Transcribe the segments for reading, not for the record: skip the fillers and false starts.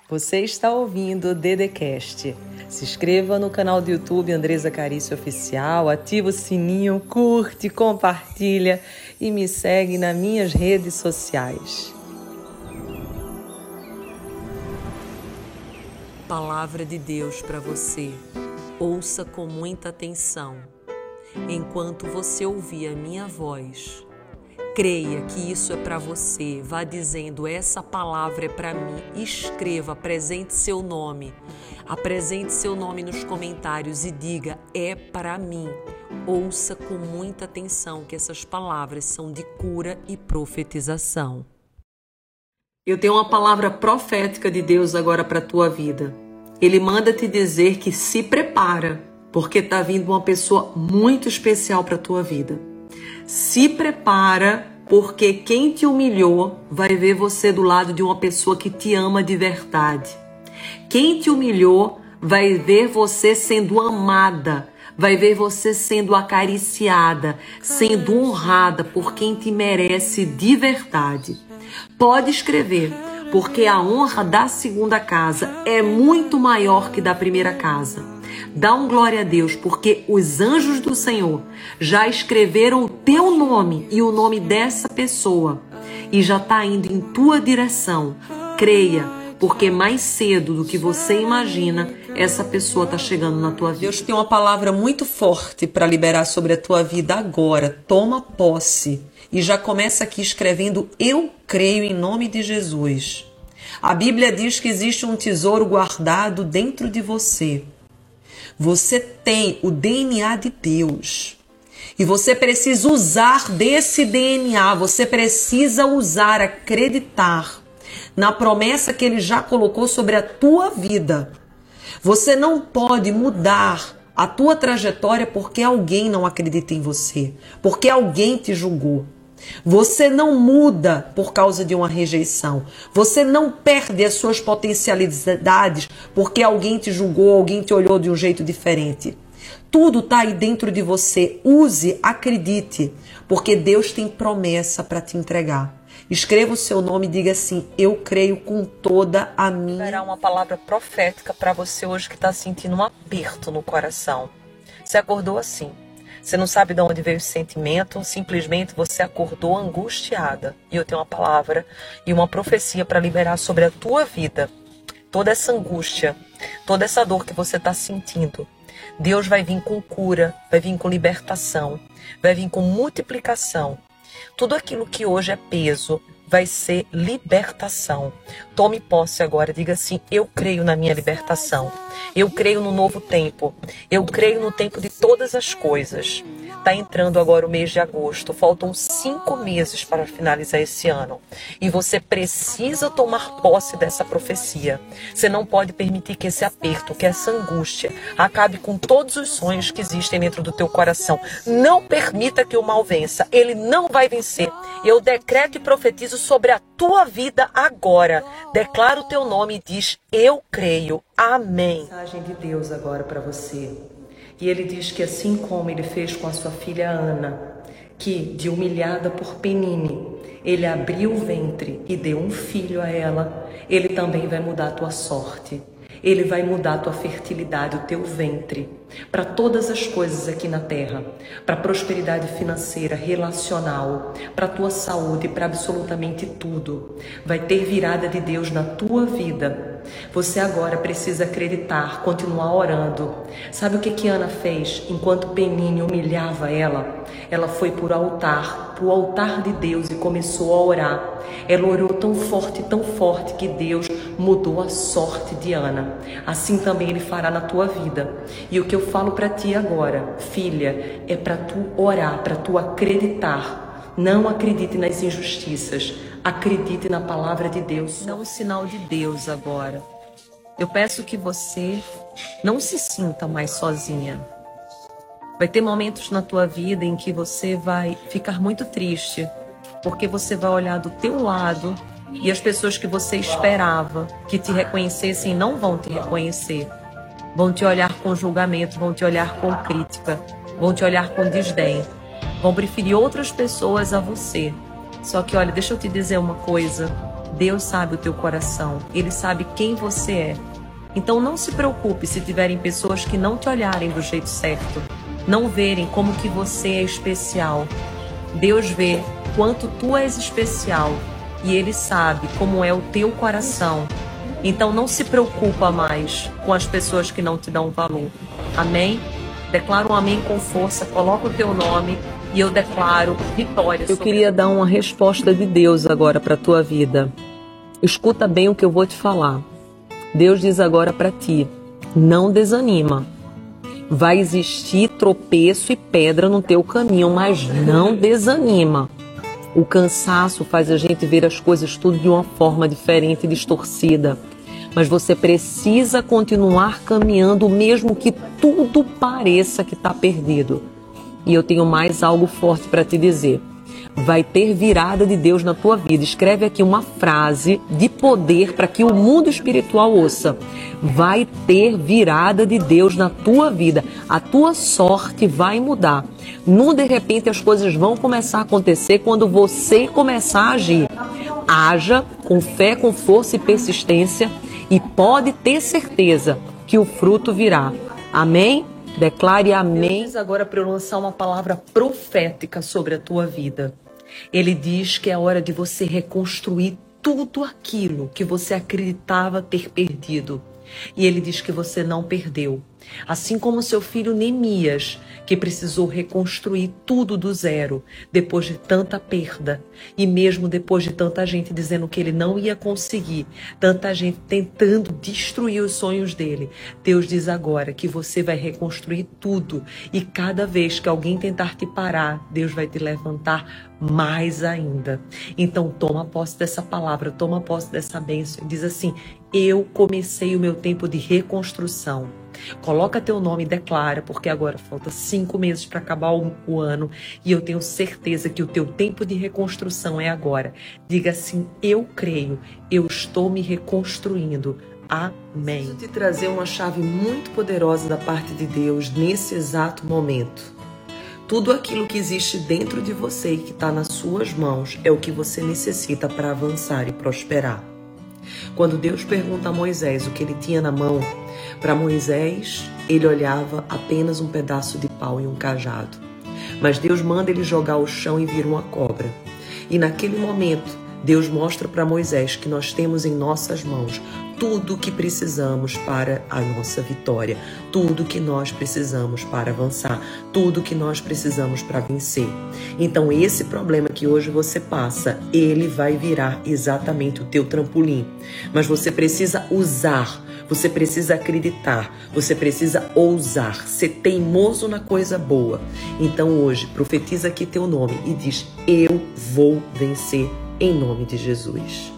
Você está ouvindo o Dedecast. Se inscreva no canal do YouTube Andresa Carício Oficial, ativa o sininho, curte, compartilha e me segue nas minhas redes sociais. Palavra de Deus para você. Ouça com muita atenção. Enquanto você ouvir a minha voz, creia que isso é para você. Vá dizendo, essa palavra é para mim. Escreva, apresente seu nome. Apresente seu nome nos comentários e diga, é para mim. Ouça com muita atenção que essas palavras são de cura e profetização. Eu tenho uma palavra profética de Deus agora para a tua vida. Ele manda te dizer que se prepara, porque está vindo uma pessoa muito especial para a tua vida. Se prepara, porque quem te humilhou vai ver você do lado de uma pessoa que te ama de verdade. Quem te humilhou vai ver você sendo amada, vai ver você sendo acariciada, sendo honrada por quem te merece de verdade. Pode escrever, porque a honra da segunda casa é muito maior que da primeira casa. Dá um glória a Deus, porque os anjos do Senhor já escreveram o teu nome e o nome dessa pessoa e já está indo em tua direção. Creia, porque mais cedo do que você imagina, essa pessoa está chegando na tua vida. Deus tem uma palavra muito forte para liberar sobre a tua vida agora. Toma posse e já começa aqui escrevendo, eu creio em nome de Jesus. A Bíblia diz que existe um tesouro guardado dentro de você. Você tem o DNA de Deus e você precisa usar desse DNA, você precisa usar, acreditar na promessa que Ele já colocou sobre a tua vida. Você não pode mudar a tua trajetória porque alguém não acredita em você, porque alguém te julgou. Você não muda por causa de uma rejeição. Você não perde as suas potencialidades porque alguém te julgou, alguém te olhou de um jeito diferente. Tudo está aí dentro de você. Use, acredite, porque Deus tem promessa para te entregar. Escreva o seu nome e diga assim, eu creio com toda a minha... Será uma palavra profética para você hoje que está sentindo um aperto no coração. Você acordou assim. Você não sabe de onde veio esse sentimento, simplesmente você acordou angustiada. E eu tenho uma palavra e uma profecia para liberar sobre a tua vida. Toda essa angústia, toda essa dor que você está sentindo. Deus vai vir com cura, vai vir com libertação, vai vir com multiplicação. Tudo aquilo que hoje é peso vai ser libertação. Tome posse agora, diga assim, eu creio na minha libertação. Eu creio no novo tempo. Eu creio no tempo de todas as coisas. Está entrando agora o mês de agosto. Faltam 5 meses para finalizar esse ano. E você precisa tomar posse dessa profecia. Você não pode permitir que esse aperto, que essa angústia, acabe com todos os sonhos que existem dentro do teu coração. Não permita que o mal vença. Ele não vai vencer. Eu decreto e profetizo sobre a tua vida agora. Declara o teu nome e diz, eu creio. Amém. Mensagem de Deus agora para você. E ele diz que assim como ele fez com a sua filha Ana, que de humilhada por Penine, ele abriu o ventre e deu um filho a ela, ele também vai mudar a tua sorte. Ele vai mudar a tua fertilidade, o teu ventre, para todas as coisas aqui na terra, para prosperidade financeira, relacional, para a tua saúde, para absolutamente tudo. Vai ter virada de Deus na tua vida. Você agora precisa acreditar, continuar orando. Sabe o que Ana fez? Enquanto Penine humilhava ela, ela foi para o altar de Deus e começou a orar. Ela orou tão forte que Deus mudou a sorte de Ana. Assim também Ele fará na tua vida. E o que eu falo para ti agora, filha, é para tu orar, para tu acreditar. Não acredite nas injustiças, acredite na palavra de Deus. Dá um sinal de Deus agora. Eu peço que você não se sinta mais sozinha. Vai ter momentos na tua vida em que você vai ficar muito triste, porque você vai olhar do teu lado e as pessoas que você esperava que te reconhecessem não vão te reconhecer. Vão te olhar com julgamento, vão te olhar com crítica, vão te olhar com desdém. Vão preferir outras pessoas a você. Só que olha, deixa eu te dizer uma coisa. Deus sabe o teu coração, Ele sabe quem você é. Então não se preocupe se tiverem pessoas que não te olharem do jeito certo, não verem como que você é especial. Deus vê quanto tu és especial e Ele sabe como é o teu coração. Então não se preocupa mais com as pessoas que não te dão valor. Amém? Declara um amém com força, coloca o teu nome e eu declaro vitória. Eu queria dar uma resposta de Deus agora para a tua vida. Escuta bem o que eu vou te falar. Deus diz agora para ti, não desanima. Vai existir tropeço e pedra no teu caminho, mas não desanima. O cansaço faz a gente ver as coisas tudo de uma forma diferente, distorcida. Mas você precisa continuar caminhando, mesmo que tudo pareça que está perdido. E eu tenho mais algo forte para te dizer. Vai ter virada de Deus na tua vida. Escreve aqui uma frase de poder para que o mundo espiritual ouça. Vai ter virada de Deus na tua vida. A tua sorte vai mudar. De repente as coisas vão começar a acontecer quando você começar a agir. Haja com fé, com força e persistência e pode ter certeza que o fruto virá. Amém? Declare amém. Deus diz agora para eu lançar uma palavra profética sobre a tua vida. Ele diz que é hora de você reconstruir tudo aquilo que você acreditava ter perdido. E ele diz que você não perdeu. Assim como seu filho Neemias, que precisou reconstruir tudo do zero, depois de tanta perda. E mesmo depois de tanta gente dizendo que ele não ia conseguir, tanta gente tentando destruir os sonhos dele. Deus diz agora que você vai reconstruir tudo. E cada vez que alguém tentar te parar, Deus vai te levantar mais ainda. Então toma posse dessa palavra, toma posse dessa bênção e diz assim: eu comecei o meu tempo de reconstrução. Coloca teu nome e declara, porque agora falta 5 meses para acabar o ano e eu tenho certeza que o teu tempo de reconstrução é agora. Diga assim: eu creio, eu estou me reconstruindo. Amém. Preciso te trazer uma chave muito poderosa da parte de Deus nesse exato momento. Tudo aquilo que existe dentro de você e que está nas suas mãos é o que você necessita para avançar e prosperar. Quando Deus pergunta a Moisés o que ele tinha na mão, para Moisés, ele olhava apenas um pedaço de pau e um cajado. Mas Deus manda ele jogar ao chão e vira uma cobra. E naquele momento, Deus mostra para Moisés que nós temos em nossas mãos tudo o que precisamos para a nossa vitória, tudo que nós precisamos para avançar, tudo que nós precisamos para vencer. Então esse problema que hoje você passa, ele vai virar exatamente o teu trampolim. Mas você precisa usar, você precisa acreditar, você precisa ousar, ser teimoso na coisa boa. Então hoje, profetiza aqui teu nome e diz: eu vou vencer em nome de Jesus.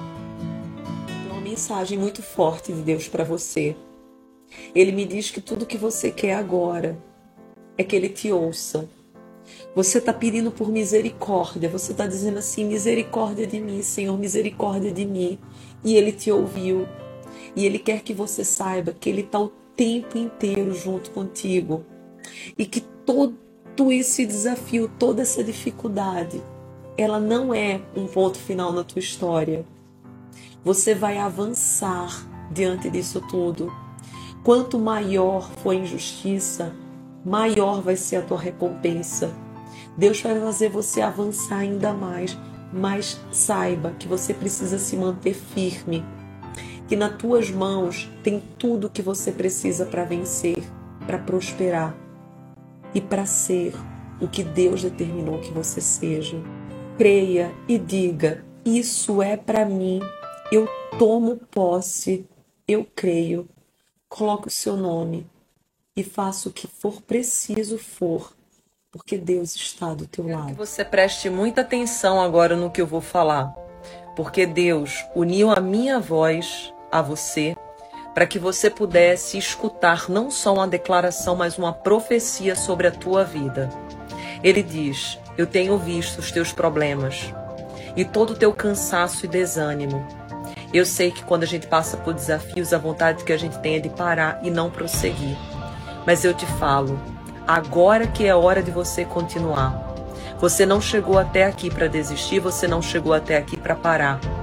Mensagem muito forte de Deus para você. Ele me diz que tudo que você quer agora é que Ele te ouça. Você está pedindo por misericórdia, você está dizendo assim: misericórdia de mim, Senhor, misericórdia de mim. E Ele te ouviu. E Ele quer que você saiba que Ele está o tempo inteiro junto contigo. E que todo esse desafio, toda essa dificuldade, ela não é um ponto final na tua história. Você vai avançar diante disso tudo. Quanto maior for a injustiça, maior vai ser a tua recompensa. Deus vai fazer você avançar ainda mais, mas saiba que você precisa se manter firme, que nas tuas mãos tem tudo que você precisa para vencer, para prosperar e para ser o que Deus determinou que você seja. Creia e diga: isso é para mim. Eu tomo posse, eu creio, coloque o seu nome e faça o que for preciso porque Deus está do teu lado. Que você preste muita atenção agora no que eu vou falar, porque Deus uniu a minha voz a você para que você pudesse escutar não só uma declaração, mas uma profecia sobre a tua vida. Ele diz: eu tenho visto os teus problemas e todo o teu cansaço e desânimo. Eu sei que quando a gente passa por desafios, a vontade que a gente tem é de parar e não prosseguir. Mas eu te falo, agora que é hora de você continuar. Você não chegou até aqui para desistir, você não chegou até aqui para parar.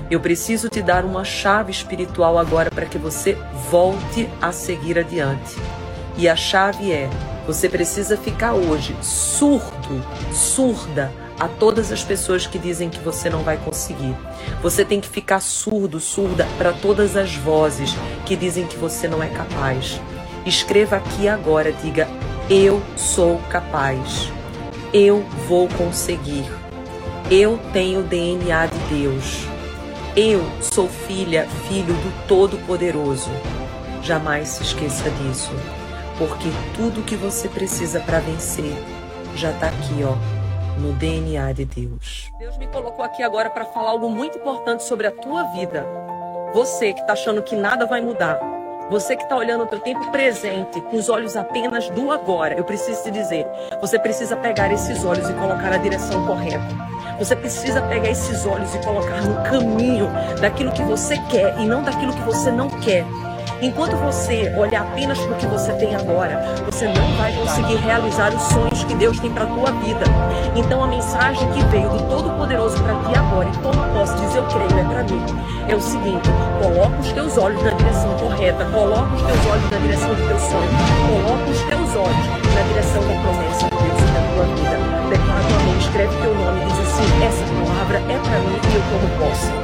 Eu preciso te dar uma chave espiritual agora para que você volte a seguir adiante. E a chave é: você precisa ficar hoje surdo, surda a todas as pessoas que dizem que você não vai conseguir. Você tem que ficar surdo, surda para todas as vozes que dizem que você não é capaz. Escreva aqui agora, diga: eu sou capaz. Eu vou conseguir. Eu tenho o DNA de Deus. Eu sou filha, filho do Todo-Poderoso. Jamais se esqueça disso, porque tudo que você precisa para vencer já está aqui, ó, no DNA de Deus. Deus me colocou aqui agora para falar algo muito importante sobre a tua vida. Você que está achando que nada vai mudar, você que está olhando o teu tempo presente com os olhos apenas do agora, eu preciso te dizer, você precisa pegar esses olhos e colocar na direção correta. Você precisa pegar esses olhos e colocar no caminho daquilo que você quer e não daquilo que você não quer. Enquanto você olhar apenas para o que você tem agora, você não vai conseguir realizar os sonhos que Deus tem para a tua vida. Então a mensagem que veio do Todo-Poderoso para ti agora, e toma posse, diz eu creio, é para mim, é o seguinte: coloca os teus olhos na direção correta, coloca os teus olhos na direção do teu sonho, coloca os teus olhos na direção da promessa de Deus na tua vida. Declara tua mão, escreve teu nome e diz assim: essa palavra é para mim e eu tomo posse.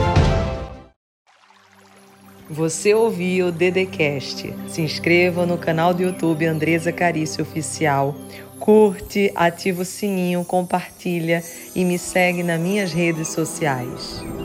Você ouviu o Dedecast. Se inscreva no canal do YouTube Andresa Carício Oficial. Curte, ativa o sininho, compartilha e me segue nas minhas redes sociais.